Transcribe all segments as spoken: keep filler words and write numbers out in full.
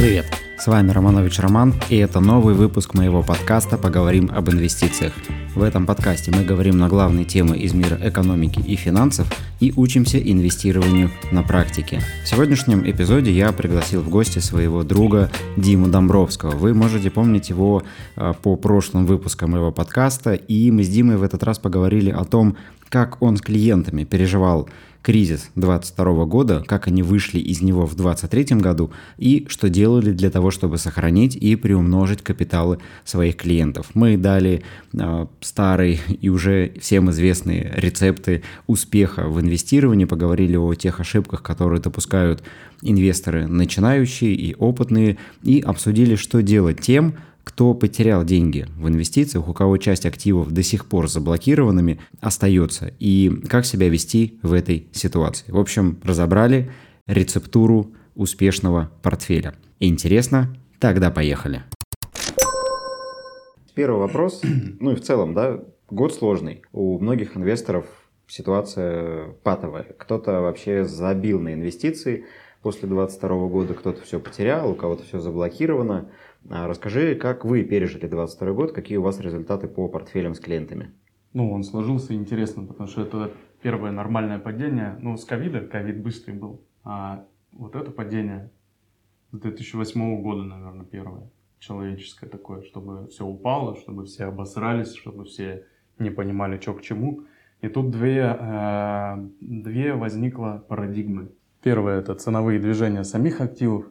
Привет! С вами Романович Роман, и это новый выпуск моего подкаста «Поговорим об инвестициях». В этом подкасте мы говорим на главные темы из мира экономики и финансов и учимся инвестированию на практике. В сегодняшнем эпизоде я пригласил в гости своего друга Диму Домбровского. Вы можете помнить его по прошлым выпускам моего подкаста, и мы с Димой в этот раз поговорили о том, как он с клиентами переживал кризис двадцать второго года, как они вышли из него в двадцать третьем году и что делали для того, чтобы сохранить и приумножить капиталы своих клиентов. Мы дали э, старые и уже всем известные рецепты успеха в инвестировании, поговорили о тех ошибках, которые допускают инвесторы начинающие и опытные, и обсудили, что делать тем, кто потерял деньги в инвестициях, у кого часть активов до сих пор заблокированными остается, и как себя вести в этой ситуации. В общем, разобрали рецептуру успешного портфеля. Интересно? Тогда поехали. Первый вопрос, ну и в целом, да, год сложный. У многих инвесторов ситуация патовая. Кто-то вообще забил на инвестиции после двадцать второго года, кто-то все потерял, у кого-то все заблокировано. Расскажи, как вы пережили двадцать второй год, какие у вас результаты по портфелям с клиентами? Ну, он сложился интересно, потому что это первое нормальное падение. Ну, с ковида, ковид быстрый был, а вот это падение с две тысячи восьмого года, наверное, первое человеческое такое, чтобы все упало, чтобы все обосрались, чтобы все не понимали, что к чему. И тут две, э, две возникло парадигмы. Первое – это ценовые движения самих активов.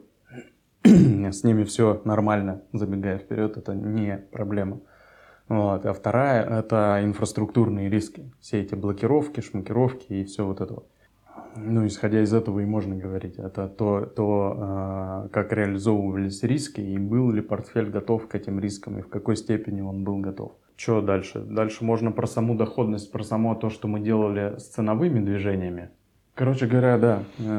С ними все нормально, забегая вперед, это не проблема. Вот. А вторая – это инфраструктурные риски. Все эти блокировки, шмакировки и все вот это. Ну, исходя из этого и можно говорить. Это то, то, как реализовывались риски и был ли портфель готов к этим рискам и в какой степени он был готов. Что дальше? Дальше можно про саму доходность, про само то, что мы делали с ценовыми движениями. Короче говоря, да,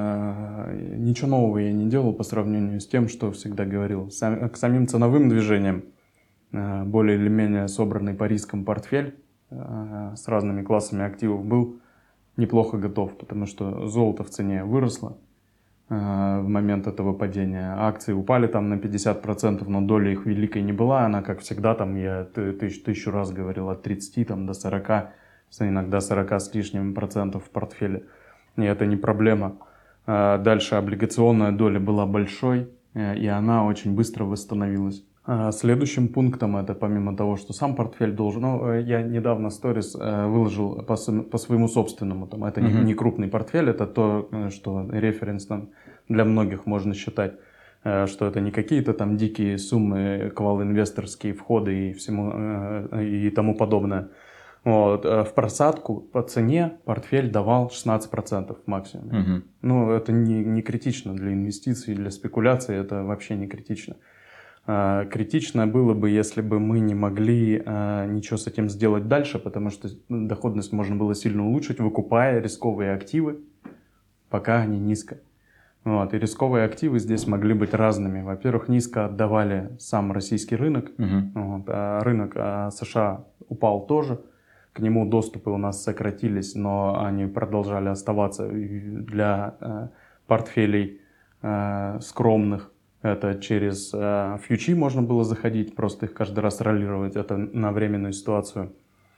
э, ничего нового я не делал по сравнению с тем, что всегда говорил. Сам, к самим ценовым движениям э, более или менее собранный по рискам портфель э, с разными классами активов был неплохо готов, потому что золото в цене выросло э, в момент этого падения. Акции упали там на пятьдесят процентов, но доля их великой не была. Она, как всегда, там я тысяч, тысячу раз говорил, от тридцати там, до сорока, иногда сорока с лишним процентов в портфеле. И это не проблема. Дальше облигационная доля была большой, и она очень быстро восстановилась. Следующим пунктом это, помимо того, что сам портфель должен... Ну, я недавно сторис выложил по, по своему собственному. Там, это uh-huh. не, не крупный портфель, это то, что референсом для многих можно считать, что это не какие-то там дикие суммы, квал-инвесторские входы и, всему, и тому подобное. Вот. В просадку по цене портфель давал шестнадцать процентов максимум. Uh-huh. Ну, это не, не критично для инвестиций, для спекуляций, это вообще не критично. А, критично было бы, если бы мы не могли а, ничего с этим сделать дальше, потому что доходность можно было сильно улучшить, выкупая рисковые активы, пока они низко. Вот. И рисковые активы здесь могли быть разными. Во-первых, низко отдавали сам российский рынок, uh-huh. вот, а рынок а, США упал тоже. К нему доступы у нас сократились, но они продолжали оставаться для э, портфелей э, скромных. Это через э, фьючи можно было заходить, просто их каждый раз роллировать. Это на временную ситуацию.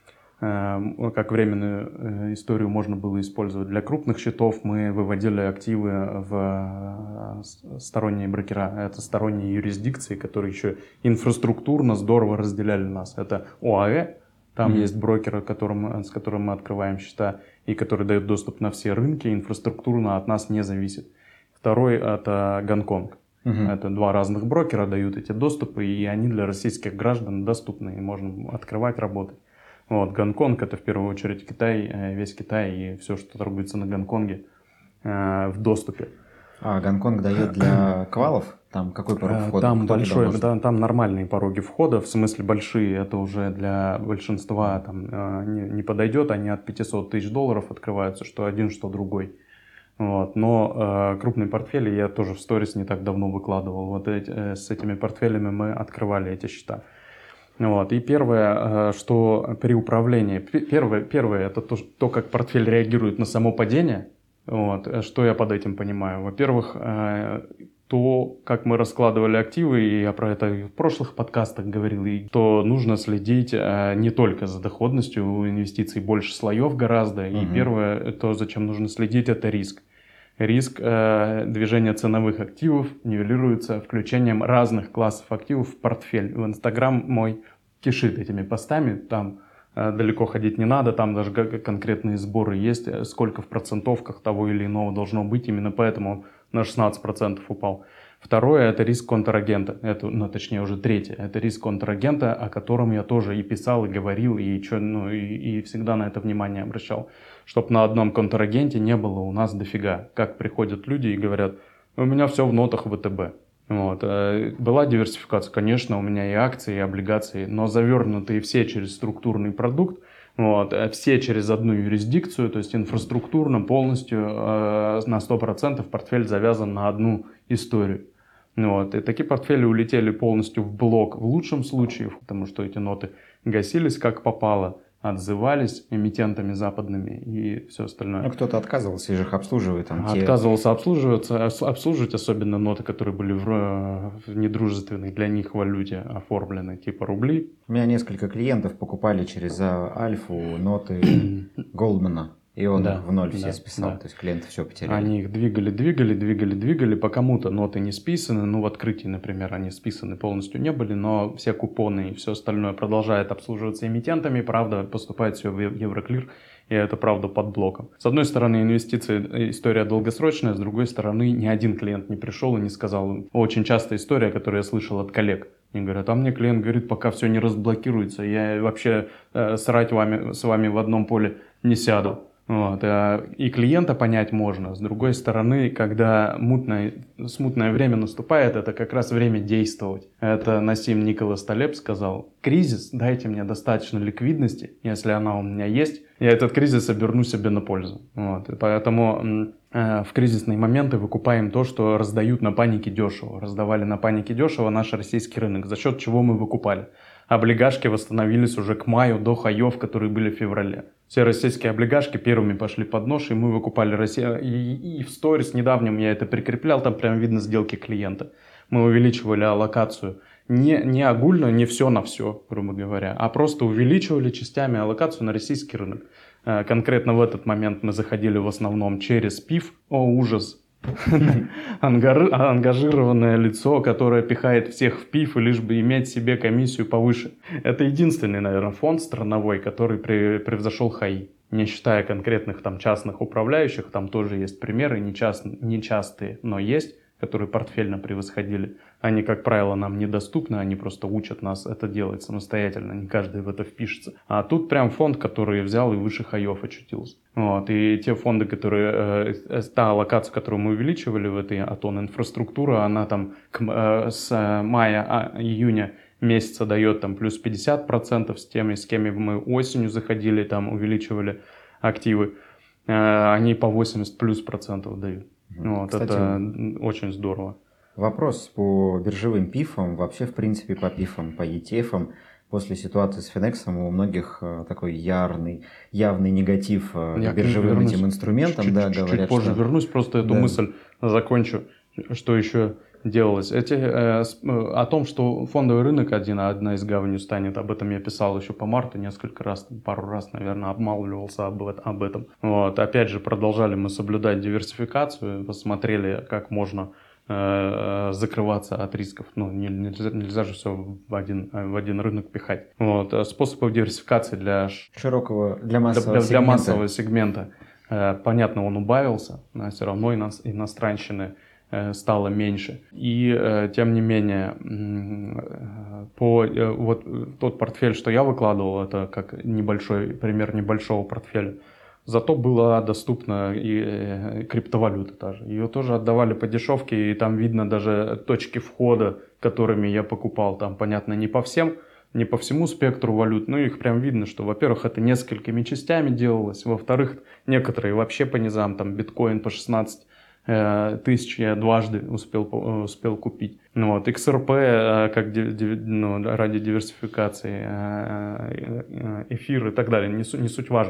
Э, как временную э, историю можно было использовать. Для крупных счетов мы выводили активы в э, сторонние брокера. Это сторонние юрисдикции, которые еще инфраструктурно здорово разделяли нас. Это ОАЭ. Там mm-hmm. есть брокеры, которым, с которым мы открываем счета и который дает доступ на все рынки, инфраструктурно от нас не зависит. Второй – это Гонконг. Mm-hmm. Это два разных брокера дают эти доступы, и они для российских граждан доступны, и можно открывать, работать. Вот, Гонконг – это в первую очередь Китай, весь Китай и все, что торгуется на Гонконге, в доступе. А Гонконг дает для квалов? Там какой порог входа? Там большой, да, там нормальные пороги входа, в смысле большие, это уже для большинства там, не, не подойдет, они от пятисот тысяч долларов открываются, что один, что другой. Вот. Но э, крупные портфели я тоже в сторис не так давно выкладывал. Вот эти, э, с этими портфелями мы открывали эти счета. Вот. И первое, э, что при управлении, первое, первое это то, то, как портфель реагирует на само падение. Вот. Что я под этим понимаю? Во-первых, то, как мы раскладывали активы, и я про это и в прошлых подкастах говорил, и то нужно следить э, не только за доходностью, у инвестиций больше слоев гораздо. И Мгм. первое, то, зачем нужно следить, это риск. Риск э, движения ценовых активов нивелируется включением разных классов активов в портфель. В Инстаграм мой кишит этими постами, там э, далеко ходить не надо, там даже г- конкретные сборы есть, э, сколько в процентовках того или иного должно быть, именно поэтому он на шестнадцать процентов упал. Второе – это риск контрагента, это, ну, точнее уже третье, это риск контрагента, о котором я тоже и писал, и говорил, и, чё, ну, и, и всегда на это внимание обращал, чтобы на одном контрагенте не было у нас дофига. Как приходят люди и говорят, у меня все в нотах ВТБ. Вот. Была диверсификация, конечно, у меня и акции, и облигации, но завернутые все через структурный продукт, вот, все через одну юрисдикцию, то есть инфраструктурно полностью э, на сто процентов портфель завязан на одну историю. Вот. И такие портфели улетели полностью в блок в лучшем случае, потому что эти ноты гасились как попало, отзывались эмитентами западными и все остальное. Ну, кто-то отказывался их обслуживать. Там, те... Отказывался обслуживаться, обслуживать, особенно ноты, которые были в, в недружественной для них валюте оформлены, типа рубли. У меня несколько клиентов покупали через Альфу ноты Голдмана, и он Да, в ноль да, все списал, да. то есть клиенты все потеряли. Они их двигали, двигали, двигали, двигали, по кому-то ноты не списаны, ну в открытии, например, они списаны полностью не были, но все купоны и все остальное продолжает обслуживаться эмитентами, правда, поступает все в Евроклир, и это правда под блоком. С одной стороны, инвестиции, история долгосрочная, с другой стороны, ни один клиент не пришел и не сказал. Очень частая история, которую я слышал от коллег. Они говорят, а мне клиент говорит, пока все не разблокируется, я вообще э, срать вами, с вами в одном поле не сяду. Вот. И клиента понять можно. С другой стороны, когда мутное, смутное время наступает, это как раз время действовать. Это Насим Николас Талеб сказал, кризис, дайте мне достаточно ликвидности, если она у меня есть, я этот кризис оберну себе на пользу. Вот. И поэтому э, в кризисные моменты выкупаем то, что раздают на панике дешево. Раздавали на панике дешево наш российский рынок, за счет чего мы выкупали. Облигашки восстановились уже к маю до хаев, которые были в феврале. Все российские облигашки первыми пошли под нож, и мы выкупали Россию. И, и в сторис недавнем я это прикреплял, там прям видно сделки клиента. Мы увеличивали аллокацию. Не, не огульно, не все на все, грубо говоря, а просто увеличивали частями аллокацию на российский рынок. Конкретно в этот момент мы заходили в основном через ПИФ. О, ужас! Ангажированное лицо, которое пихает всех в пиф, и лишь бы иметь себе комиссию повыше. Это единственный, наверное, фонд страновой, который превзошел ХАИ. Не считая конкретных там частных управляющих, там тоже есть примеры, нечастые, но есть, которые портфельно превосходили. Они, как правило, нам недоступны, они просто учат нас это делать самостоятельно, не каждый в это впишется. А тут прям фонд, который взял и выше хаев очутился. Вот. И те фонды, которые, э, та аллокация, которую мы увеличивали в этой АТОН инфраструктура, она там к, э, с мая, а, июня месяца дает там плюс пятьдесят процентов с теми, с кем мы осенью заходили, там увеличивали активы, э, они по восемьдесят плюс процентов дают. Вот. Кстати, это очень здорово. Вопрос по биржевым пифам, вообще в принципе по пифам, по и ти эф. После ситуации с Финексом у многих такой явный, явный негатив Я к биржевым этим инструментам. Чуть, да, чуть, говорят, чуть позже что... вернусь, просто эту да. мысль закончу, что еще делалось. Эти, э, о том, что фондовый рынок один, одна из гаванью станет, об этом я писал еще по марту несколько раз, пару раз, наверное, обмалывался об, об этом. Вот. Опять же, продолжали мы соблюдать диверсификацию, посмотрели, как можно э, закрываться от рисков. Ну, нельзя, нельзя же все в один, в один рынок пихать. Вот. Способов диверсификации для широкого, для массового для, сегмента. Для массового сегмента. Э, понятно, он убавился, но все равно ино, иностранщины стало меньше. И, э, тем не менее, э, по, э, вот тот портфель, что я выкладывал, это как небольшой, пример небольшого портфеля, зато была доступна и э, криптовалюта тоже. Ее тоже отдавали по дешевке, и там видно даже точки входа, которыми я покупал. Там, понятно, не по всем, не по всему спектру валют, но их прям видно, что, во-первых, это несколькими частями делалось, во-вторых, некоторые вообще по низам, там биткоин по шестнадцать тысяч я дважды успел, успел купить. Ну, вот, икс эр пи как ну, ради диверсификации, эфир и так далее, не, суть, не суть важно.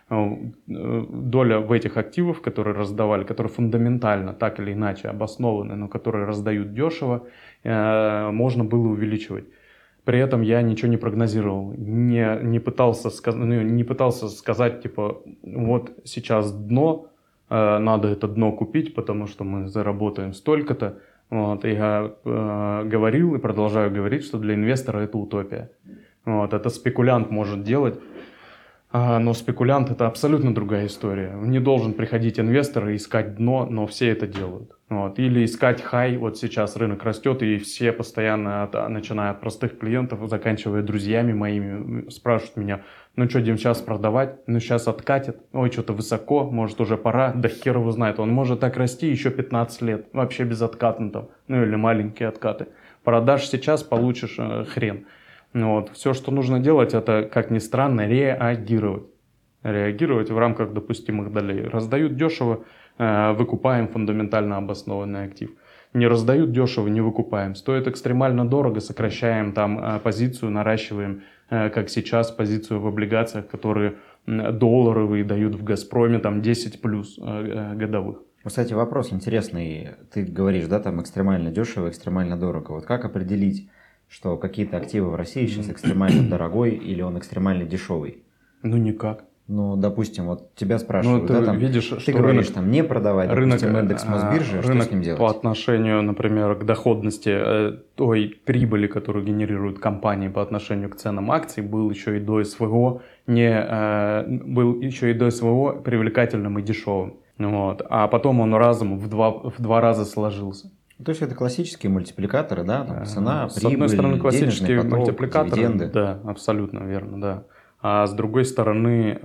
доля в этих активах, которые раздавали, которые фундаментально так или иначе обоснованы, но которые раздают дешево, можно было увеличивать. При этом я ничего не прогнозировал, не, не, пытался, сказ... ну, не пытался сказать, типа, вот сейчас дно, надо это дно купить, потому что мы заработаем столько-то. Вот, я э, говорил и продолжаю говорить, что для инвестора это утопия. Вот, это спекулянт может делать, а, но спекулянт это абсолютно другая история. Не должен приходить инвестор и искать дно, но все это делают. Вот, или искать хай, вот сейчас рынок растет, и все постоянно, от, начиная от простых клиентов, заканчивая друзьями моими, спрашивают меня, ну что, Дим, сейчас продавать? Ну сейчас откатит, ой, что-то высоко, может уже пора, да хер его знает. Он может так расти еще пятнадцать лет, вообще без отката там, ну или маленькие откаты. Продашь сейчас, получишь э, хрен. Вот. Все, что нужно делать, это, как ни странно, реагировать. Реагировать в рамках допустимых долей. Раздают дешево, э, выкупаем фундаментально обоснованный актив. Не раздают дешево, не выкупаем. Стоит экстремально дорого, сокращаем там э, позицию, наращиваем, э, как сейчас, позицию в облигациях, которые э, долларовые дают в «Газпроме», там десять плюс э, годовых. Кстати, вопрос интересный. Ты говоришь, да, там экстремально дешево, экстремально дорого. Вот как определить, что какие-то активы в России сейчас экстремально дорогой или он экстремально дешевый? Ну, никак. Ну, допустим, вот тебя спрашивают, ну, ты да, там, видишь, ты что говоришь, рынок, там, не продавать, рынок, допустим, индекс Мосбиржи, рынок что с ним делать? По отношению, например, к доходности э, той прибыли, которую генерируют компании по отношению к ценам акций, был еще и до СВО, не, э, был еще и до СВО привлекательным и дешевым. Вот. А потом он разом в два, в два раза сложился. То есть это классические мультипликаторы, да? Там цена, С прибыль, одной стороны, классические поток, мультипликаторы, дивиденды. Да, абсолютно верно, да. А с другой стороны,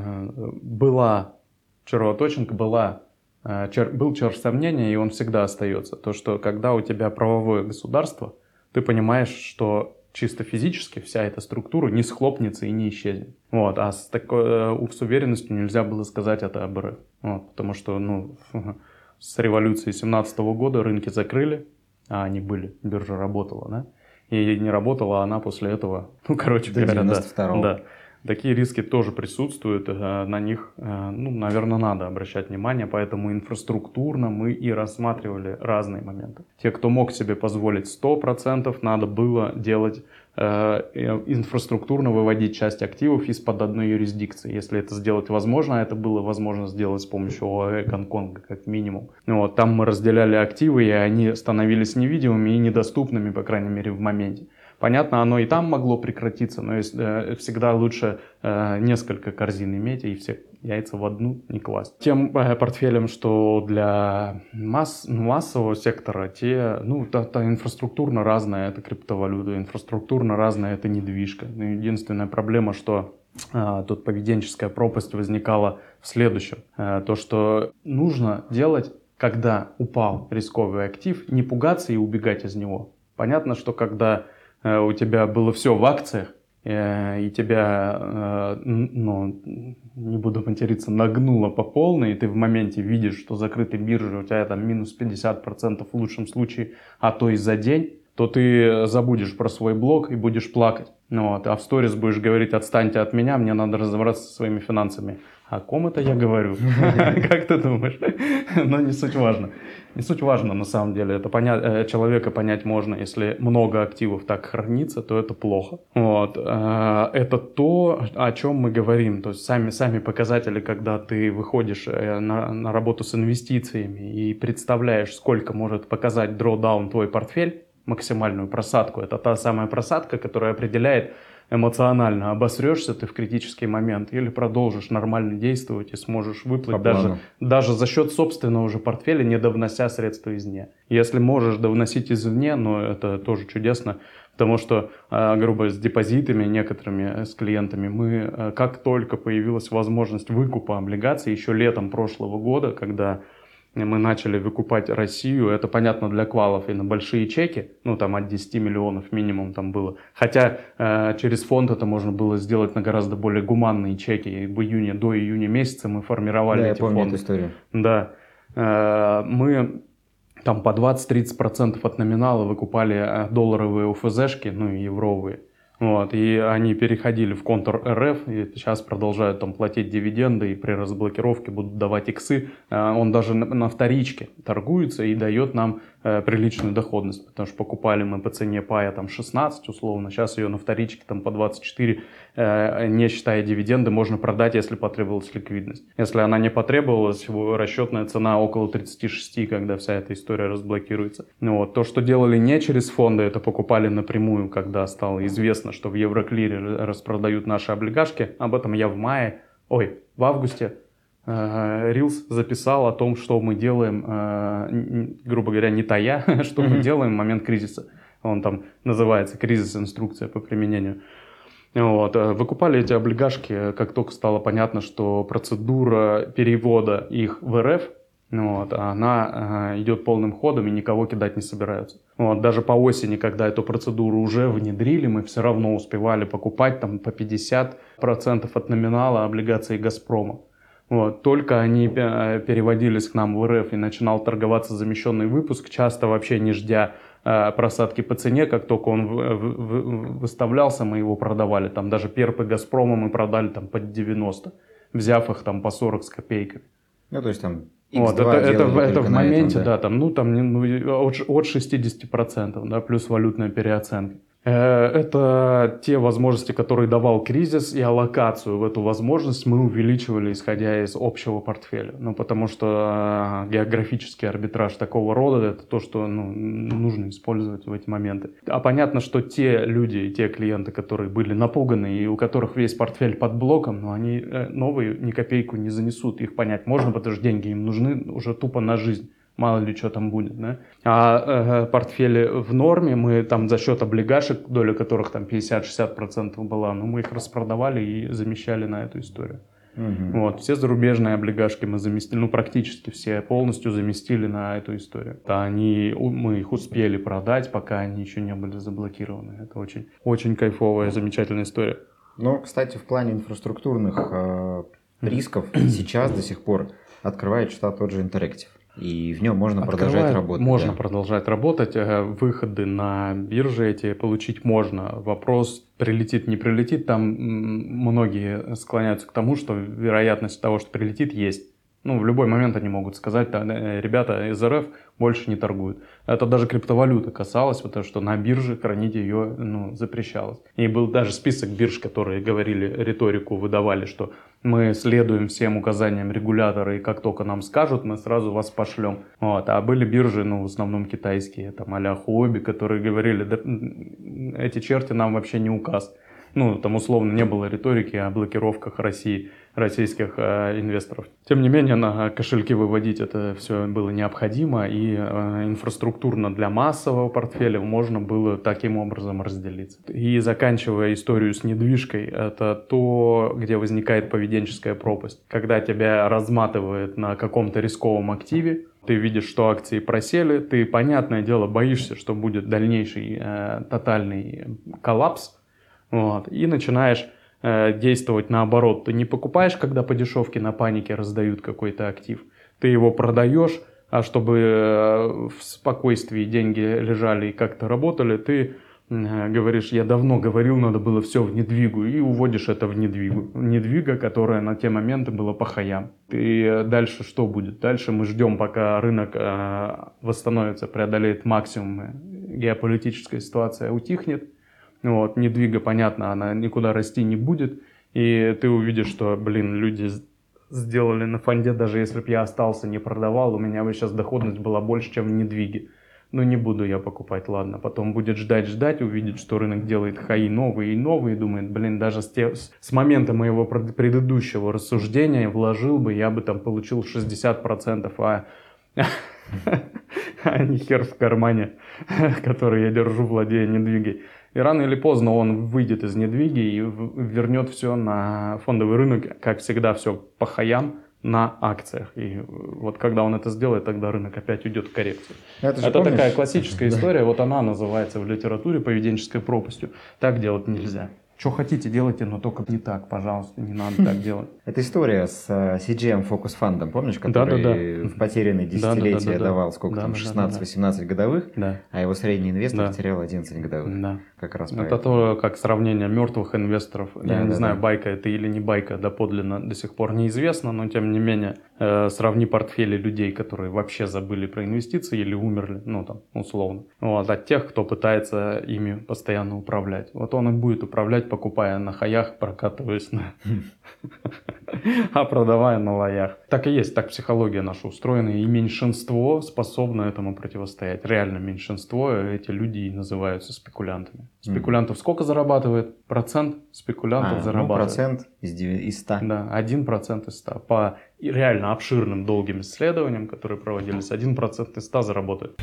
была червоточинка, была, был червь сомнения, и он всегда остается. То, что когда у тебя правовое государство, ты понимаешь, что чисто физически вся эта структура не схлопнется и не исчезнет. Вот. А с, такой, с уверенностью нельзя было сказать это об РФ. Вот. Потому что ну, с революции семнадцатого года рынки закрыли, а они были, биржа работала, да? И не работала она после этого, ну, короче до говоря, девяносто второго. Да. Такие риски тоже присутствуют, на них, ну, наверное, надо обращать внимание, поэтому инфраструктурно мы и рассматривали разные моменты. Те, кто мог себе позволить сто процентов, надо было делать, инфраструктурно выводить часть активов из-под одной юрисдикции. Если это сделать возможно, это было возможно сделать с помощью ОАЭ Гонконга, как минимум. Вот, там мы разделяли активы, и они становились невидимыми и недоступными, по крайней мере, в моменте. Понятно, оно и там могло прекратиться, но есть, э, всегда лучше э, несколько корзин иметь и все яйца в одну не класть. Тем э, портфелем, что для масс, массового сектора, те, ну, та, та инфраструктурно разная, это криптовалюта, инфраструктурно разная, это недвижка. Но единственная проблема, что э, тут поведенческая пропасть возникала в следующем. Э, то, что нужно делать, когда упал рисковый актив, не пугаться и убегать из него. Понятно, что когда у тебя было все в акциях, и тебя, ну, не буду материться, нагнуло по полной, и ты в моменте видишь, что закрытой биржи у тебя там минус пятьдесят процентов в лучшем случае, а то и за день, то ты забудешь про свой блог и будешь плакать. Ну, вот, а в сторис будешь говорить: отстаньте от меня, мне надо разобраться со своими финансами. О ком это я говорю? Как ты думаешь? Но не суть важно. Не суть важно на самом деле. Это понять, человека понять можно. Если много активов так хранится, то это плохо. Вот. Это то, о чем мы говорим. То есть сами, сами показатели, когда ты выходишь на, на работу с инвестициями и представляешь, сколько может показать drawdown твой портфель, максимальную просадку. Это та самая просадка, которая определяет, эмоционально обосрешься ты в критический момент или продолжишь нормально действовать и сможешь выплыть даже, даже за счет собственного же портфеля, не довнося средства извне. Если можешь довносить извне, но это тоже чудесно, потому что, грубо, с депозитами некоторыми, с клиентами, мы, как только появилась возможность выкупа облигаций, еще летом прошлого года, когда мы начали выкупать Россию, это понятно для квалов и на большие чеки, ну там от десяти миллионов минимум там было. Хотя э, через фонд это можно было сделать на гораздо более гуманные чеки. И в июне, до июня месяца мы формировали да, эти я помню фонды. Эту историю. Да. Э, мы там по двадцать-тридцать процентов от номинала выкупали долларовые ОФЗшки, ну и евровые. Вот, и они переходили в контур РФ, и сейчас продолжают там платить дивиденды, и при разблокировке будут давать иксы. Он даже на, на вторичке торгуется и дает нам э, приличную доходность, потому что покупали мы по цене пая там шестнадцать условно, сейчас ее на вторичке там по двадцать четыре, э, не считая дивиденды, можно продать, если потребовалась ликвидность. Если она не потребовалась, расчетная цена около тридцать шесть, когда вся эта история разблокируется. Ну, вот. То, что делали не через фонды, это покупали напрямую, когда стало известно, что в Евроклире распродают наши облигашки. Об этом я в мае, ой, в августе э, Рилс записал о том, что мы делаем, э, грубо говоря, не тая, что мы делаем в момент кризиса. Он там называется «Кризис-инструкция по применению». Вот. Выкупали эти облигашки, как только стало понятно, что процедура перевода их в РФ, вот, она э, идет полным ходом и никого кидать не собираются. Вот, даже по осени, когда эту процедуру уже внедрили, мы все равно успевали покупать там, по пятьдесят процентов от номинала облигаций «Газпрома». Вот, только они э, переводились к нам в РФ и начинал торговаться замещенный выпуск, часто вообще не ждя э, просадки по цене, как только он в, в, в, выставлялся, мы его продавали. Там даже перпы «Газпрома» мы продали там, под девяносто, взяв их там, по сорок с копейками. Ну, то есть там вот, это, это, это в моменте, этом, да. да, там, ну, там, ну, от, от шестьдесят процентов, да, плюс валютная переоценка. Это те возможности, которые давал кризис, и аллокацию в эту возможность мы увеличивали, исходя из общего портфеля. Ну, потому что географический арбитраж такого рода – это то, что ну, нужно использовать в эти моменты. А понятно, что те люди, те клиенты, которые были напуганы и у которых весь портфель под блоком, ну, они новые ни копейку не занесут. Их понять можно, потому что деньги им нужны уже тупо на жизнь. Мало ли что там будет, да? А э, портфели в норме, мы там за счет облигашек, доля которых там пятьдесят-шестьдесят процентов была, ну, мы их распродавали и замещали на эту историю. Угу. Вот, все зарубежные облигашки мы заместили, ну, практически все полностью заместили на эту историю. Да, они, мы их успели продать, пока они еще не были заблокированы. Это очень, очень кайфовая, замечательная история. Ну, кстати, в плане инфраструктурных э, рисков сейчас до сих пор открывает штат тот же Interactive. И в нем можно Открывает, продолжать работать. Можно да. продолжать работать. Выходы на бирже эти получить можно. Вопрос, прилетит, не прилетит, там многие склоняются к тому, что вероятность того, что прилетит, есть. Ну, в любой момент они могут сказать, да, ребята из РФ больше не торгуют. Это даже криптовалюты касалось, потому что на бирже хранить ее ну, запрещалось. И был даже список бирж, которые говорили, риторику выдавали, что мы следуем всем указаниям регулятора, и как только нам скажут, мы сразу вас пошлем. Вот. А были биржи, ну, в основном китайские, там а-ля Huobi, которые говорили, да, эти черти нам вообще не указ. Ну, там условно не было риторики о блокировках России, российских э, инвесторов. Тем не менее, на кошельки выводить это все было необходимо, и э, инфраструктурно для массового портфеля можно было таким образом разделиться. И заканчивая историю с недвижкой, это то, где возникает поведенческая пропасть. Когда тебя разматывает на каком-то рисковом активе, ты видишь, что акции просели, ты, понятное дело, боишься, что будет дальнейший э, тотальный коллапс, вот, и начинаешь э, действовать наоборот. Ты не покупаешь, когда по дешевке на панике раздают какой-то актив. Ты его продаешь, а чтобы э, в спокойствии деньги лежали и как-то работали, ты э, говоришь, я давно говорил, надо было все в недвигу, и уводишь это в недвигу. Недвига, которая на те моменты была по хаям. И дальше что будет? Дальше мы ждем, пока рынок э, восстановится, преодолеет максимумы, геополитическая ситуация утихнет. Вот, недвига, понятно, она никуда расти не будет, и ты увидишь, что, блин, люди сделали на фонде, даже если бы я остался, не продавал, у меня бы сейчас доходность была больше, чем в недвиге. Ну, не буду я покупать, ладно. Потом будет ждать-ждать, увидит, что рынок делает хаи новые и новые, и думает, блин, даже с, те, с момента моего предыдущего рассуждения вложил бы, я бы там получил шестьдесят процентов, а... а не хер в кармане, который я держу, владея недвигой. И рано или поздно он выйдет из недвиги и вернет все на фондовый рынок, как всегда, все по хаям на акциях. И вот когда он это сделает, тогда рынок опять уйдет в коррекцию. Это, это такая классическая история, вот она называется в литературе поведенческой пропастью. Так делать нельзя. Что хотите, делайте, но только не так, пожалуйста, не надо так делать. Это история с си джи эм Focus Fund, помнишь, который да, да, да. в потерянные десятилетия да, да, да, давал сколько да, там, да, шестнадцать-восемнадцать годовых, да. а его средний инвестор Да. потерял одиннадцать годовых. Да. Как раз Это поэтому. то, как сравнение мертвых инвесторов. Да, Я да, не знаю, да. байка это или не байка, доподлинно до сих пор неизвестно, но тем не менее э, сравни портфели людей, которые вообще забыли про инвестиции или умерли, ну там условно, вот, от тех, кто пытается ими постоянно управлять. Вот он и будет управлять, покупая на хаях, прокатываясь на... а продавая на лоях. Так и есть, так психология наша устроена, и меньшинство способно этому противостоять. Реально меньшинство, эти люди и называются спекулянтами. Спекулянтов сколько зарабатывает? Процент спекулянтов а, зарабатывает. Ну, процент из, из ста. Да, один процент из ста. По реально обширным долгим исследованиям, которые проводились, один процент из ста заработает.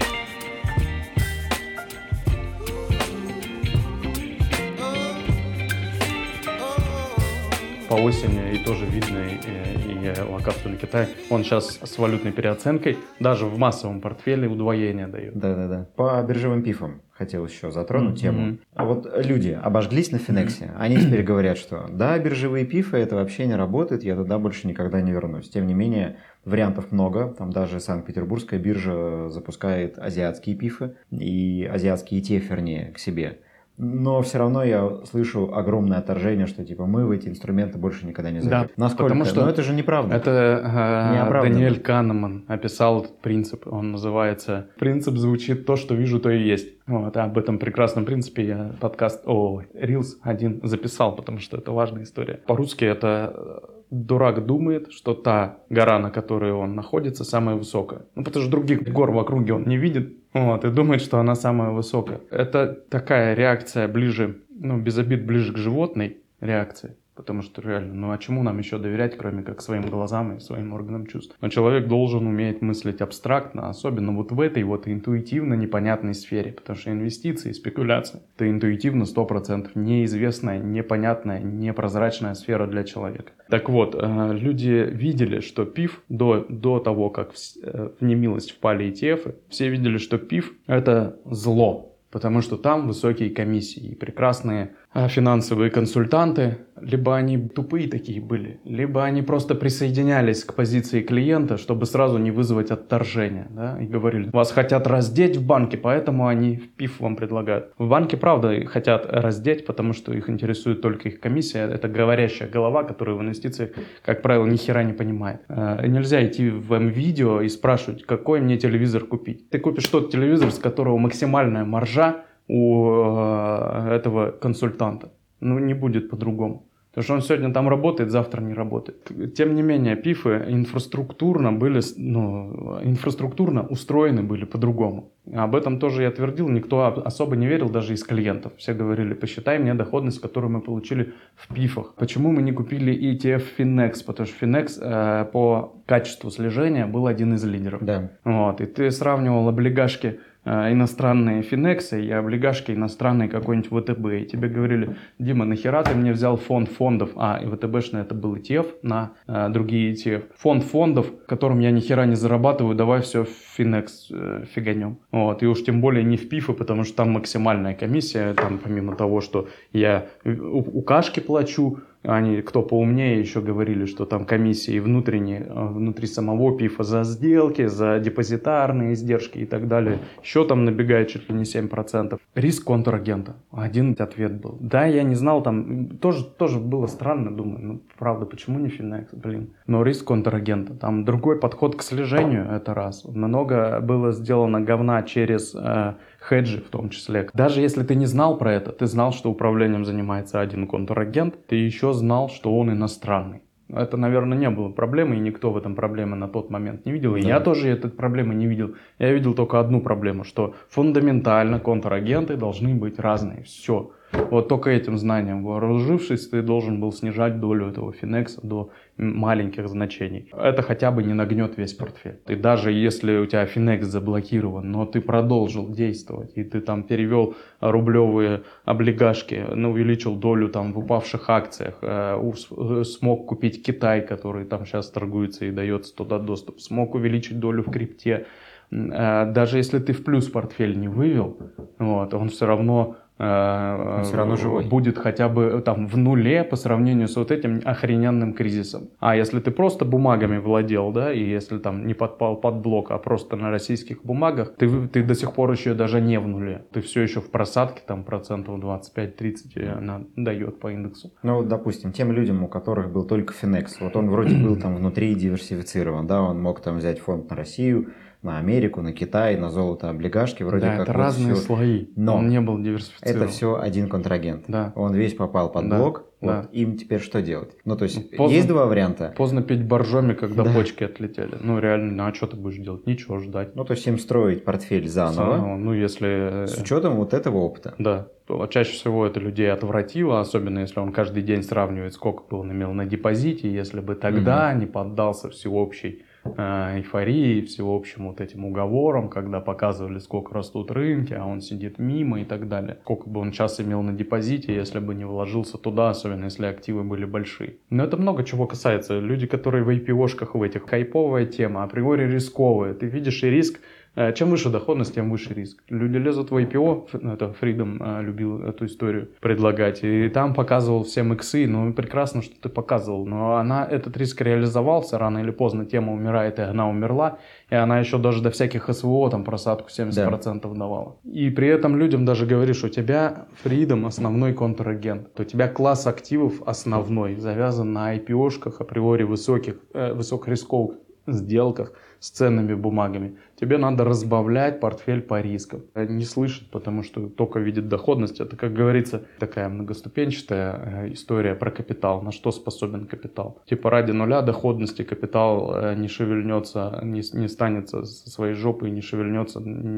По осени и тоже видно и, и локацию на Китае. Он сейчас с валютной переоценкой даже в массовом портфеле удвоение дает. Да-да-да. По биржевым пифам хотел еще затронуть Mm-hmm. тему. А вот люди обожглись на Финексе. Mm-hmm. Они теперь говорят, что да, биржевые пифы это вообще не работает, я туда больше никогда не вернусь. Тем не менее, вариантов много. Там даже Санкт-Петербургская биржа запускает азиатские пифы и азиатские и ти эф, вернее, к себе. Но все равно я слышу огромное отторжение, что типа мы в эти инструменты больше никогда не зайдем. Да, Насколько? потому что Но это же неправда. Это э, Даниэль Канеман описал этот принцип. Он называется «Принцип звучит то, что вижу, то и есть». Вот, об этом прекрасном принципе я подкаст, о, Reels один записал, потому что это важная история. По-русски это дурак думает, что та гора, на которой он находится, самая высокая. Ну, потому что других гор в округе он не видит, вот, и думает, что она самая высокая. Это такая реакция ближе, ну, без обид, ближе к животной реакции. Потому что реально, ну а чему нам еще доверять, кроме как своим глазам и своим органам чувств? Но человек должен уметь мыслить абстрактно, особенно вот в этой вот интуитивно непонятной сфере. Потому что инвестиции, спекуляции — это интуитивно сто процентов неизвестная, непонятная, непрозрачная сфера для человека. Так вот, люди видели, что пиф до, до того, как в немилость впали и ти эф, все видели, что пиф — это зло. Потому что там высокие комиссии и прекрасные финансовые консультанты, либо они тупые такие были, либо они просто присоединялись к позиции клиента, чтобы сразу не вызвать отторжения, да, и говорили: вас хотят раздеть в банке, поэтому они в пиф вам предлагают. В банке, правда, хотят раздеть, потому что их интересует только их комиссия. Это говорящая голова, которая в инвестициях, как правило, ни хера не понимает. Нельзя идти в М-видео и спрашивать, какой мне телевизор купить. Ты купишь тот телевизор, с которого максимальная маржа у этого консультанта. Ну, не будет по-другому. Потому что он сегодня там работает, завтра не работает. Тем не менее, пифы инфраструктурно были, ну, инфраструктурно устроены были по-другому. Об этом тоже я твердил, никто особо не верил, даже из клиентов. Все говорили: посчитай мне доходность, которую мы получили в пифах. Почему мы не купили и ти эф Finex? Потому что Finex э, по качеству слежения был один из лидеров. Да. Вот, и ты сравнивал облигашки иностранные Финексы и облигашки иностранные какой-нибудь вэ тэ бэ. И тебе говорили: Дима, нахера ты мне взял фонд фондов? А, и вэ тэ бэ-шный это был и ти эф на а, другие и ти эф. Фонд фондов, которым я нихера не зарабатываю, давай все в Финекс э, фиганем. Вот, и уж тем более не в пифы, потому что там максимальная комиссия. Там помимо того, что я у, у кашки плачу, они, кто поумнее, еще говорили, что там комиссии внутренние, внутри самого пифа за сделки, за депозитарные издержки и так далее. Еще там набегает чуть ли не семь процентов. Риск контрагента. Один ответ был. Да, я не знал, там тоже, тоже было странно, думаю, ну правда, почему не Финекс, блин. Но риск контрагента. Там другой подход к слежению, это раз. Много было сделано говна через э, хеджи в том числе. Даже если ты не знал про это, ты знал, что управлением занимается один контрагент, ты еще знал, что он иностранный. Это, наверное, не было проблемы, и никто в этом проблемы на тот момент не видел. И да. Я тоже этой проблемы не видел. Я видел только одну проблему, что фундаментально контрагенты должны быть разные. Все. Вот только этим знанием вооружившись, ты должен был снижать долю этого Финекса до маленьких значений. Это хотя бы не нагнет весь портфель. И даже если у тебя Финекс заблокирован, но ты продолжил действовать, и ты там перевел рублевые облигашки, ну, увеличил долю там в упавших акциях, э, смог купить Китай, который там сейчас торгуется и дается туда доступ, смог увеличить долю в крипте. Э, даже если ты в плюс портфель не вывел, вот, он все равно Он все равно живой. будет хотя бы там в нуле по сравнению с вот этим охрененным кризисом. А если ты просто бумагами владел, да, и если там не подпал под блок, а просто на российских бумагах, ты, ты до сих пор еще даже не в нуле. Ты все еще в просадке, там процентов двадцать пять тридцать она дает по индексу. Ну, вот, допустим, тем людям, у которых был только Финекс, вот он вроде был там внутри диверсифицирован, да, он мог там взять фонд на Россию, на Америку, на Китай, на золото, облигашки, вроде да, как это вот разные все. слои, Но он не был диверсифицирован. Это все один контрагент. Да. Он весь попал под да. блок, да. вот им теперь что делать? Ну, то есть, поздно, есть два варианта. Поздно пить боржоми, когда да. почки отлетели. Ну, реально, ну, а что ты будешь делать? Ничего ждать. Ну, то есть, им строить портфель заново. заново. Ну, если... С учетом вот этого опыта. Да. Чаще всего это людей отвратило, особенно если он каждый день сравнивает, сколько бы он имел на депозите, если бы тогда mm-hmm. не поддался всеобщей э, эйфории, всеобщим вот этим уговорам, когда показывали, сколько растут рынки, а он сидит мимо и так далее. Сколько бы он сейчас имел на депозите, если бы не вложился туда, особенно если активы были большие. Но это много чего касается. Люди, которые в ай пи о-шках в этих, хайповая тема, априори рисковая. Ты видишь и риск. Чем выше доходность, тем выше риск. Люди лезут в ай пи о, это Freedom любил эту историю предлагать, и там показывал всем иксы, ну прекрасно, что ты показывал, но она, этот риск реализовался, рано или поздно тема умирает, и она умерла, и она еще даже до всяких эс вэ о там просадку семьдесят процентов да. давала. И при этом людям даже говоришь, у тебя Freedom основной контрагент, у тебя класс активов основной, завязан на ай пи о-шках, априори высоких, э, высокорисковых сделках с ценными бумагами. Тебе надо разбавлять портфель по рискам. Не слышит, потому что только видит доходность. Это, как говорится, такая многоступенчатая история про капитал. На что способен капитал? Типа ради нуля доходности капитал не шевельнется, не, не станет со своей жопы, не шевельнется,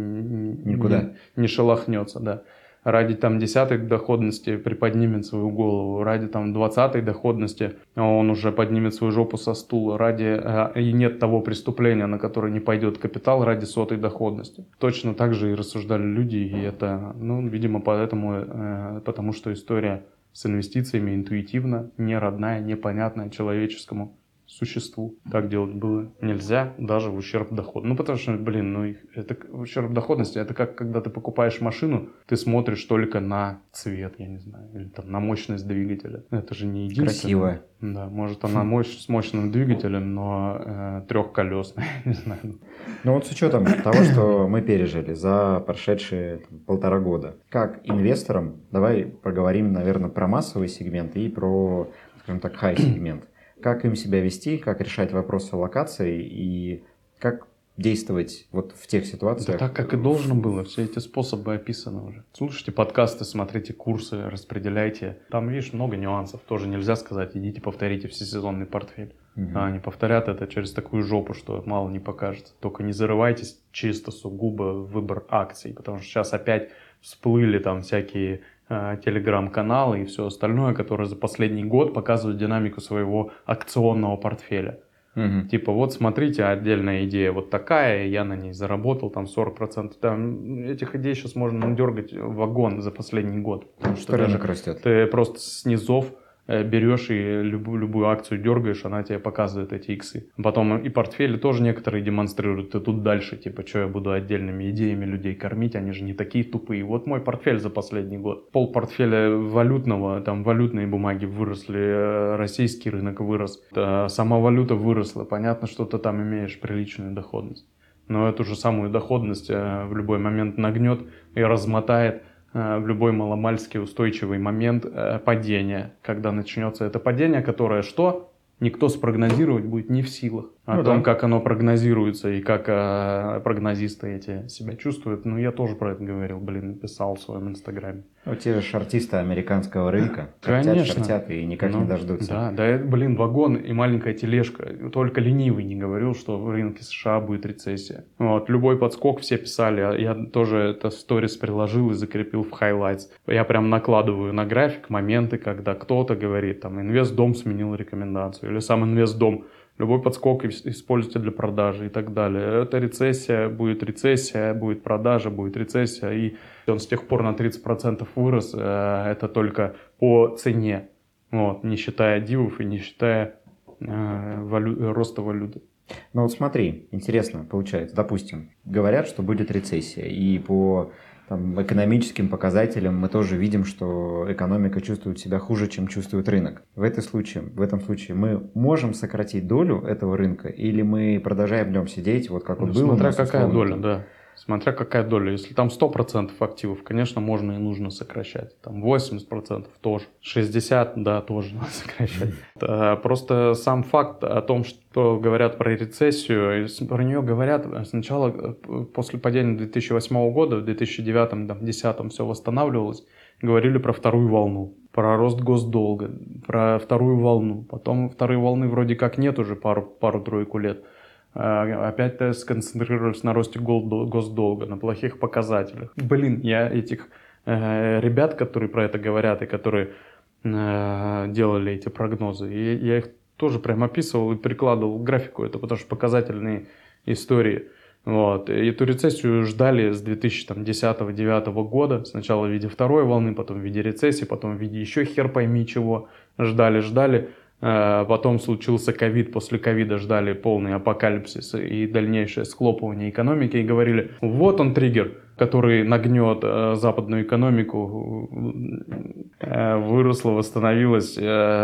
никуда. Не, не шелохнется, да. Ради там десятой доходности приподнимет свою голову, ради там двадцатой доходности он уже поднимет свою жопу со стула, ради э, и нет того преступления, на которое не пойдет капитал, ради сотой доходности. Точно так же и рассуждали люди, и это, ну, видимо, поэтому, э, потому что история с инвестициями интуитивно, не родная, непонятная человеческому существу. Так делать было нельзя, даже в ущерб доходу. Ну, потому что, блин, ну, это в ущерб доходности, это как, когда ты покупаешь машину, ты смотришь только на цвет, я не знаю, или там на мощность двигателя. Это же не единственное. Красивая. Да, может, она мощь, с мощным двигателем, но э, трехколесная, не знаю. Ну, вот с учетом того, что мы пережили за прошедшие там, полтора года, как инвесторам, давай поговорим, наверное, про массовый сегмент и про, скажем так, хай-сегмент. Как им себя вести, как решать вопросы локации и как действовать вот в тех ситуациях. Да так, как и должно было. Все эти способы описаны уже. Слушайте подкасты, смотрите курсы, распределяйте. Там, видишь, много нюансов. Тоже нельзя сказать, идите повторите всесезонный портфель. Угу. А они повторят это через такую жопу, что мало не покажется. Только не зарывайтесь чисто сугубо в выбор акций, потому что сейчас опять всплыли там всякие телеграм-каналы и все остальное, которые за последний год показывают динамику своего акционного портфеля. Угу. Типа, вот смотрите, отдельная идея вот такая, я на ней заработал там сорок процентов. Там, этих идей сейчас можно надергать вагон за последний год. Потому что рынок растет. Ты просто с низов берешь и любую, любую акцию дергаешь, она тебе показывает эти иксы. Потом и портфели тоже некоторые демонстрируют. Ты тут дальше, типа, что я буду отдельными идеями людей кормить, они же не такие тупые. Вот мой портфель за последний год. Пол портфеля валютного, там валютные бумаги выросли, российский рынок вырос, сама валюта выросла. Понятно, что ты там имеешь приличную доходность. Но эту же самую доходность в любой момент нагнет и размотает в любой маломальски устойчивый момент падения, когда начнется это падение, которое что? Никто спрогнозировать будет не в силах. О ну, том, да. как оно прогнозируется и как э, прогнозисты эти себя чувствуют. Ну, я тоже про это говорил, блин, писал в своем инстаграме. Ну, те же шортисты американского рынка шортят, шортят и никак ну, не дождутся. Да, да, блин, вагон и маленькая тележка. Только ленивый не говорил, что в рынке США будет рецессия. Вот, любой подскок все писали. Я тоже это в сторис приложил и закрепил в highlights. Я прям накладываю на график моменты, когда кто-то говорит, там, инвестдом сменил рекомендацию. Или сам инвестдом. Любой подскок используйте для продажи и так далее. Это рецессия, будет рецессия, будет продажа, будет рецессия. И он с тех пор на тридцать процентов вырос. Это только по цене, вот, не считая дивов и не считая э, валю... роста валюты. Ну вот смотри, интересно получается. Допустим, говорят, что будет рецессия. И по там, экономическим показателям мы тоже видим, что экономика чувствует себя хуже, чем чувствует рынок. В, этой случае, в этом случае мы можем сократить долю этого рынка или мы продолжаем в нем сидеть, вот как Ну, вот было? смотря у нас, какая условно, доля, там, да. Смотря какая доля. Если там сто процентов активов, конечно, можно и нужно сокращать. Там восемьдесят процентов тоже. шестьдесят процентов, да, тоже надо сокращать. Это просто сам факт о том, что говорят про рецессию, про нее говорят сначала после падения две тысячи восьмого года, в две тысячи девятом, две тысячи десятом все восстанавливалось, говорили про вторую волну, про рост госдолга, про вторую волну. Потом второй волны вроде как нет уже пару, пару-тройку лет. Опять-то сконцентрировались на росте госдолга, на плохих показателях. Блин, я этих э, ребят, которые про это говорят и которые э, делали эти прогнозы, я, я их тоже прям описывал и прикладывал в графику, это потому что показательные истории. Вот. И эту рецессию ждали с две тысячи десятого — две тысячи девятого года, сначала в виде второй волны, потом в виде рецессии, потом в виде еще хер пойми чего. Ждали, ждали. Потом случился ковид, после ковида ждали полный апокалипсис и дальнейшее схлопывание экономики и говорили, вот он триггер, который нагнет западную экономику, выросло, восстановилось,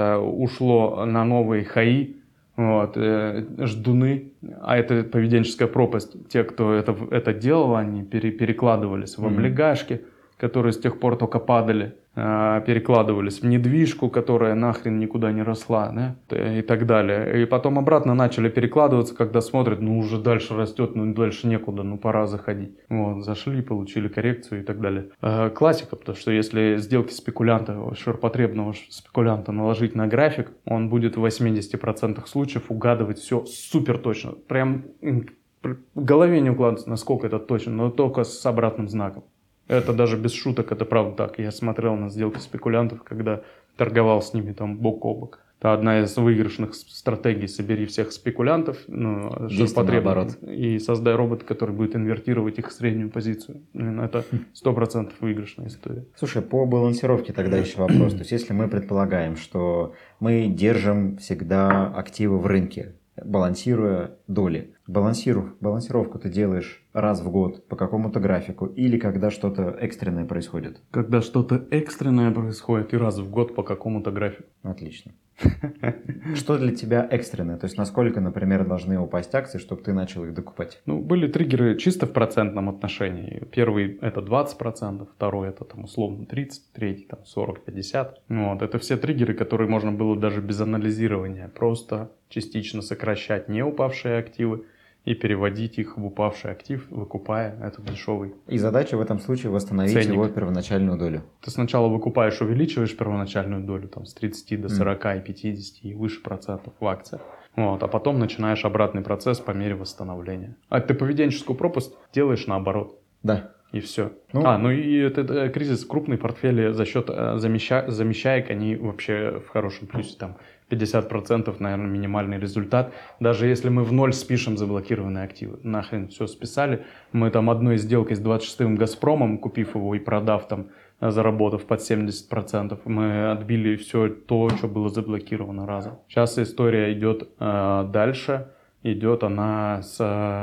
ушло на новые хаи, вот, ждуны, а это поведенческая пропасть. Те, кто это, это делал, они пере, перекладывались в облигашки, которые с тех пор только падали, перекладывались в недвижку, которая нахрен никуда не росла, да, и так далее. И потом обратно начали перекладываться, когда смотрят, ну уже дальше растет, ну дальше некуда, ну пора заходить. Вот, зашли, получили коррекцию и так далее. Классика, потому что если сделки спекулянта, ширпотребного спекулянта наложить на график, он будет в восемьдесят процентов случаев угадывать все супер точно. Прям в голове не укладывается, насколько это точно, но только с обратным знаком. Это даже без шуток, это правда так. Я смотрел на сделки спекулянтов, когда торговал с ними там бок о бок. Это одна из выигрышных стратегий. Собери всех спекулянтов, ну, ширпотребных, и создай робот, который будет инвертировать их среднюю позицию. Это сто процентов выигрышная история. Слушай, по балансировке тогда еще вопрос. То есть если мы предполагаем, что мы держим всегда активы в рынке, балансируя доли. Балансиров, балансировку ты делаешь раз в год по какому-то графику или когда что-то экстренное происходит? Когда что-то экстренное происходит и раз в год по какому-то графику. Отлично. Что для тебя экстренное? То есть насколько, например, должны упасть акции, чтобы ты начал их докупать? Ну, были триггеры чисто в процентном отношении. Первый это двадцать процентов, второй это там условно тридцать процентов, третий там сорок — пятьдесят процентов. Вот. Это все триггеры, которые можно было даже без анализирования просто частично сокращать не упавшие активы и переводить их в упавший актив, выкупая этот дешевый. И задача в этом случае восстановить ценник. Его первоначальную долю. Ты сначала выкупаешь, увеличиваешь первоначальную долю там, с тридцати до сорока и пятидесяти и выше процентов в акциях. Вот, а потом начинаешь обратный процесс по мере восстановления. А ты поведенческую пропасть делаешь наоборот. Да. И все. Ну, а, ну и этот э, кризис, крупные портфели за счет э, замеща, замещаек, они вообще в хорошем плюсе. Там пятьдесят процентов, наверное, минимальный результат. Даже если мы в ноль спишем заблокированные активы. Нахрен все списали. Мы там одной сделкой с двадцать шестым Газпромом, купив его и продав там, заработав под семьдесят процентов, мы отбили все то, что было заблокировано разом. Сейчас история идет э, дальше. Идет она с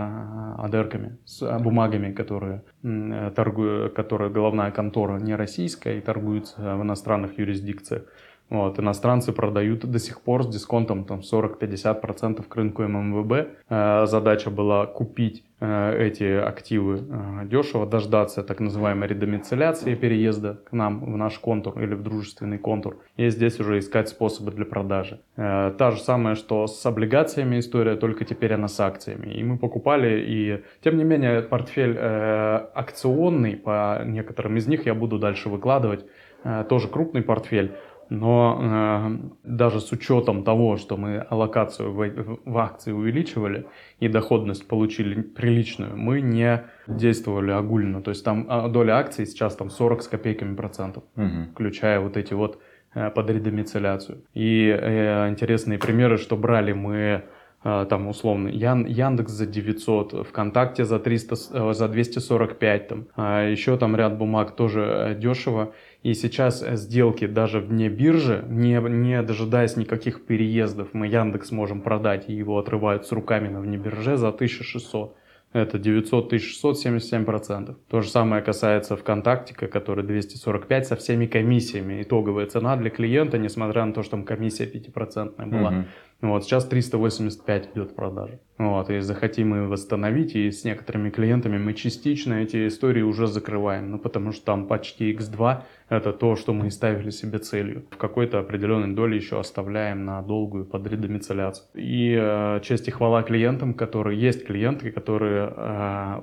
адерками, с бумагами, которые, торгуют, которые головная контора не российская и торгуются в иностранных юрисдикциях. Вот, иностранцы продают до сих пор с дисконтом там, сорок-пятьдесят процентов к рынку эм эм вэ бэ. Э, задача была купить э, эти активы э, дешево, дождаться так называемой редомицеляции переезда к нам в наш контур или в дружественный контур. И здесь уже искать способы для продажи. Э, та же самая, что с облигациями история, только теперь она с акциями. И мы покупали, и тем не менее портфель э, акционный, по некоторым из них я буду дальше выкладывать, э, тоже крупный портфель. Но э, даже с учетом того, что мы аллокацию в, в акции увеличивали и доходность получили приличную, мы не действовали огульно. То есть там доля акций сейчас там сорок с копейками процентов, угу. включая вот эти вот э, под редомицеляцию. И э, интересные примеры, что брали мы э, там условно Ян, Яндекс за девятьсот, ВКонтакте за, триста, э, за двести сорок пять, там, э, еще там ряд бумаг тоже э, дешево. И сейчас сделки даже вне биржи, не, не дожидаясь никаких переездов, мы Яндекс можем продать, и его отрывают с руками на внебирже за тысячу шестьсот. это девятьсот тысяч шестьсот, семьдесят семь процентов. То же самое касается ВКонтактика, который двести сорок пять со всеми комиссиями. Итоговая цена для клиента, несмотря на то, что там комиссия пять процентов была. Uh-huh. Вот, сейчас триста восемьдесят пять идет в продаже. Вот, и захотим мы восстановить, и с некоторыми клиентами мы частично эти истории уже закрываем. Ну, потому что там почти икс два это то, что мы ставили себе целью. В какой-то определенной доле еще оставляем на долгую под редомицеляцию. И э, честь и хвала клиентам, которые есть клиенты, которые э,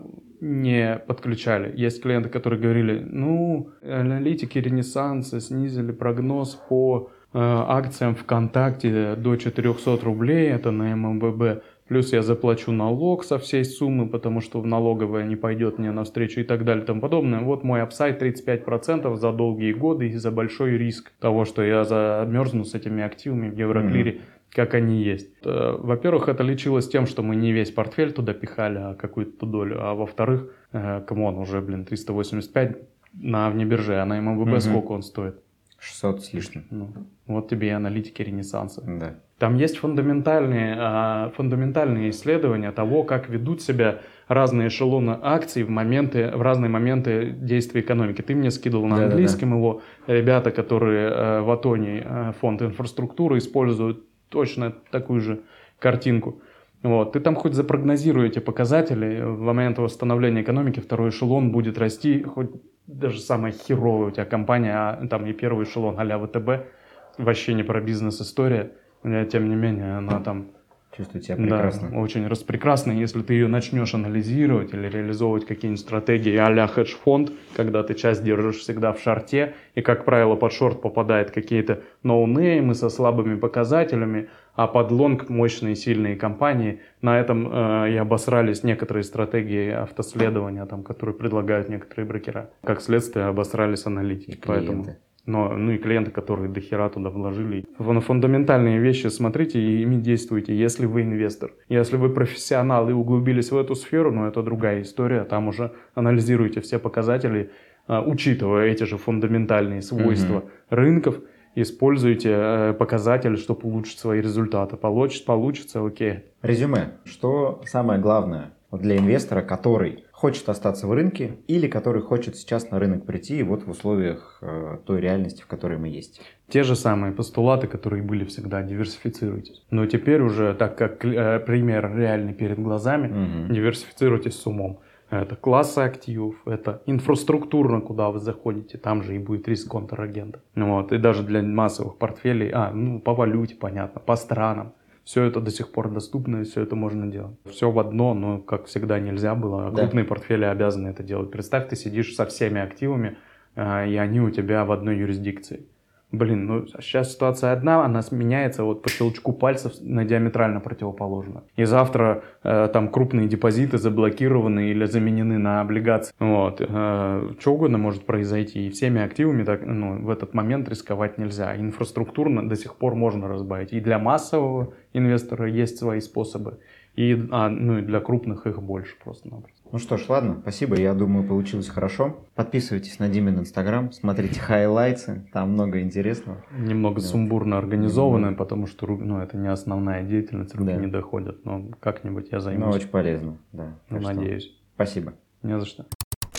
не подключали. Есть клиенты, которые говорили, ну, аналитики Ренессанса снизили прогноз по акциям ВКонтакте до четырехсот рублей, это на эм эм вэ бэ, плюс я заплачу налог со всей суммы, потому что в налоговая не пойдет мне навстречу и так далее и тому подобное. Вот мой апсайд тридцать пять процентов за долгие годы и за большой риск того, что я замерзну с этими активами в Евроклире, mm-hmm. как они есть. Во-первых, это лечилось тем, что мы не весь портфель туда пихали, а какую-то долю, а во-вторых, камон, уже, блин, триста восемьдесят пять на внебирже, а на эм эм вэ бэ mm-hmm. сколько он стоит? шестьсот с лишним. Ну, вот тебе и аналитики Ренессанса. Да. Там есть фундаментальные, а, фундаментальные исследования того, как ведут себя разные эшелоны акций в, моменты, в разные моменты действия экономики. Ты мне скидывал на английском да, да, да. его. Ребята, которые а, в Атоне а, фонд инфраструктуры используют точно такую же картинку. Вот. Ты там хоть запрогнозируй эти показатели, в момент восстановления экономики второй эшелон будет расти, хоть даже самая херовая у тебя компания, а там и первый эшелон а-ля вэ тэ бэ, вообще не про бизнес-история, тем не менее она там... Чувствую себя прекрасно. Да, очень распрекрасно. Если ты ее начнешь анализировать или реализовывать какие-нибудь стратегии а-ля хедж-фонд, когда ты часть держишь всегда в шорте, и, как правило, под шорт попадают какие-то ноунеймы со слабыми показателями, а под лонг мощные сильные компании. На этом э, и обосрались некоторые стратегии автоследования, там, которые предлагают некоторые брокера. Как следствие, обосрались аналитики. Поэтому... Но, ну и клиенты, которые дохера туда вложили. На фундаментальные вещи смотрите и ими действуйте, если вы инвестор. Если вы профессионал и углубились в эту сферу, ну это другая история. Там уже анализируйте все показатели, учитывая эти же фундаментальные свойства mm-hmm. рынков. Используйте показатели, чтобы улучшить свои результаты. Получится, получится, окей. Резюме. Что самое главное для инвестора, который хочет остаться в рынке или который хочет сейчас на рынок прийти вот в условиях э, той реальности, в которой мы есть? Те же самые постулаты, которые были всегда. Диверсифицируйтесь. Но теперь уже, так как э, пример реальный перед глазами, угу. диверсифицируйтесь с умом. Это классы активов, это инфраструктурно, куда вы заходите, там же и будет риск контрагента. Вот. И даже для массовых портфелей, а, ну, по валюте, понятно, по странам. Все это до сих пор доступно, и все это можно делать. Все в одно, но, как всегда, нельзя было. Да. Крупные портфели обязаны это делать. Представь, ты сидишь со всеми активами, и они у тебя в одной юрисдикции. Блин, ну сейчас ситуация одна, она меняется вот по щелчку пальцев на диаметрально противоположную. И завтра э, там крупные депозиты заблокированы или заменены на облигации. Вот. Э, что угодно может произойти. И всеми активами так, ну, в этот момент рисковать нельзя. Инфраструктурно до сих пор можно разбавить. И для массового инвестора есть свои способы. И, а, ну, и для крупных их больше просто-напросто. Ну что ж, ладно, спасибо, я думаю, получилось хорошо. Подписывайтесь на Димин Инстаграм, смотрите хайлайтсы, там много интересного. Немного вот. Сумбурно организованное, mm-hmm. потому что ну, это не основная деятельность, руки да. не доходят, но как-нибудь я займусь. Ну, очень полезно, да. Ну, надеюсь. Спасибо. Не за что.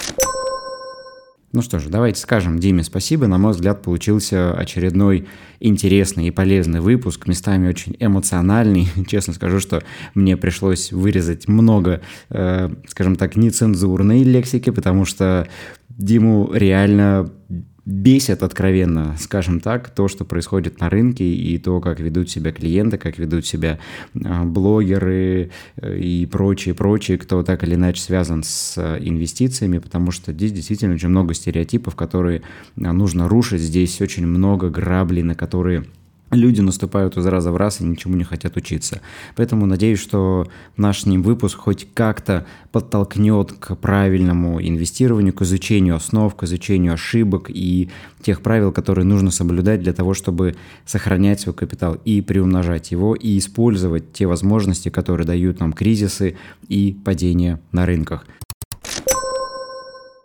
Ну что ж, давайте скажем Диме спасибо. На мой взгляд, получился очередной интересный и полезный выпуск, местами очень эмоциональный. Честно скажу, что мне пришлось вырезать много, э, скажем так, нецензурной лексики, потому что Диму реально бесит откровенно, скажем так, то, что происходит на рынке и то, как ведут себя клиенты, как ведут себя блогеры и прочие-прочие, кто так или иначе связан с инвестициями, потому что здесь действительно очень много стереотипов, которые нужно рушить, здесь очень много граблей, на которые люди наступают из раза в раз и ничему не хотят учиться. Поэтому надеюсь, что наш с ним выпуск хоть как-то подтолкнет к правильному инвестированию, к изучению основ, к изучению ошибок и тех правил, которые нужно соблюдать для того, чтобы сохранять свой капитал и приумножать его, и использовать те возможности, которые дают нам кризисы и падения на рынках.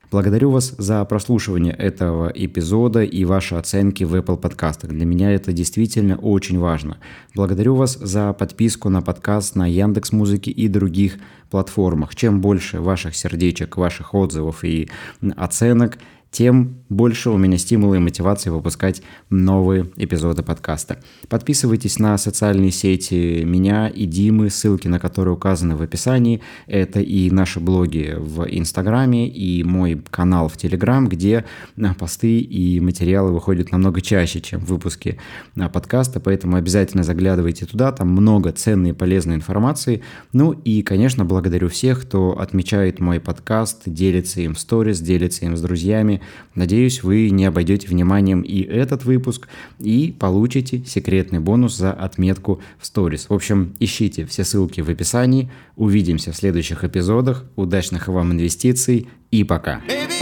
Благодарю вас за прослушивание этого эпизода и ваши оценки в Apple подкастах. Для меня это действительно очень важно. Благодарю вас за подписку на подкаст на Яндекс.Музыке и других платформах. Чем больше ваших сердечек, ваших отзывов и оценок, тем больше у меня стимула и мотивации выпускать новые эпизоды подкаста. Подписывайтесь на социальные сети меня и Димы, ссылки на которые указаны в описании. Это и наши блоги в Инстаграме, и мой канал в Телеграм, где посты и материалы выходят намного чаще, чем выпуски подкаста, поэтому обязательно заглядывайте туда, там много ценной и полезной информации. Ну и, конечно, благодарю всех, кто отмечает мой подкаст, делится им в сторис, делится им с друзьями. Надеюсь, вы не обойдете вниманием и этот выпуск, и получите секретный бонус за отметку в сторис. В общем, ищите все ссылки в описании. Увидимся в следующих эпизодах. Удачных вам инвестиций и пока! Baby!